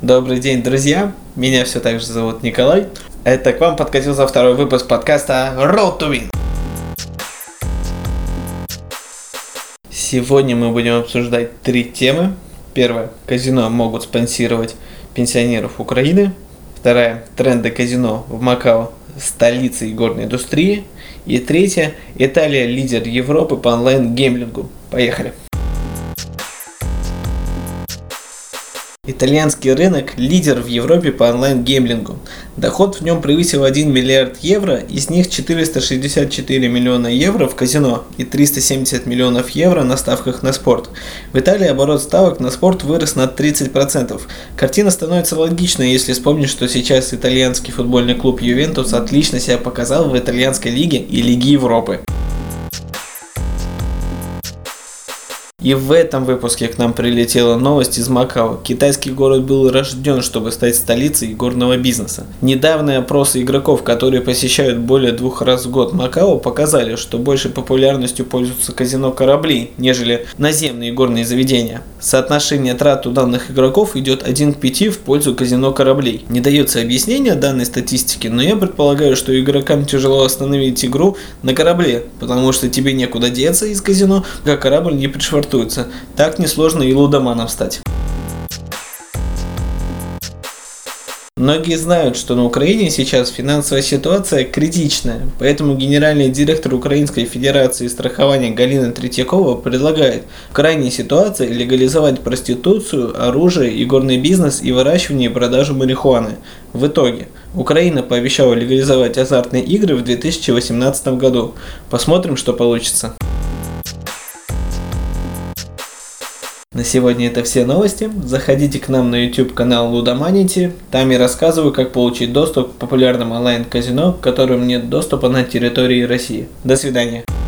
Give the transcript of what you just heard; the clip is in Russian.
Добрый день, друзья! Меня все так же зовут Николай. Это к вам подкатился второй выпуск подкаста Road to Win. Сегодня мы будем обсуждать 3 темы. Первая. Казино могут спонсировать пенсионеров Украины. Вторая. Тренды казино в Макао, столице игорной индустрии. И третья. Италия лидер Европы по онлайн-геймлингу. Поехали! Итальянский рынок – лидер в Европе по онлайн-геймлингу. Доход в нем превысил 1 миллиард евро, из них 464 миллиона евро в казино и 370 миллионов евро на ставках на спорт. В Италии оборот ставок на спорт вырос на 30%. Картина становится логичной, если вспомнить, что сейчас итальянский футбольный клуб Ювентус отлично себя показал в итальянской лиге и Лиге Европы. И в этом выпуске к нам прилетела новость из Макао. Китайский город был рожден, чтобы стать столицей игорного бизнеса. Недавние опросы игроков, которые посещают более 2 раз в год Макао, показали, что большей популярностью пользуются казино-корабли, нежели наземные игорные заведения. Соотношение трат у данных игроков идет 1 к 5 в пользу казино-кораблей. Не дается объяснения данной статистики, но я предполагаю, что игрокам тяжело остановить игру на корабле, потому что тебе некуда деться из казино, пока корабль не пришвартуется. Так несложно и лудоманом стать. Многие знают, что на Украине сейчас финансовая ситуация критичная, поэтому генеральный директор Украинской Федерации страхования Галина Третьякова предлагает в крайней ситуации легализовать проституцию, оружие, игорный бизнес и выращивание и продажу марихуаны. В итоге, Украина пообещала легализовать азартные игры в 2018 году. Посмотрим, что получится. На сегодня это все новости. Заходите к нам на YouTube канал Ludomanity. Там я рассказываю, как получить доступ к популярным онлайн-казино, к которым нет доступа на территории России. До свидания.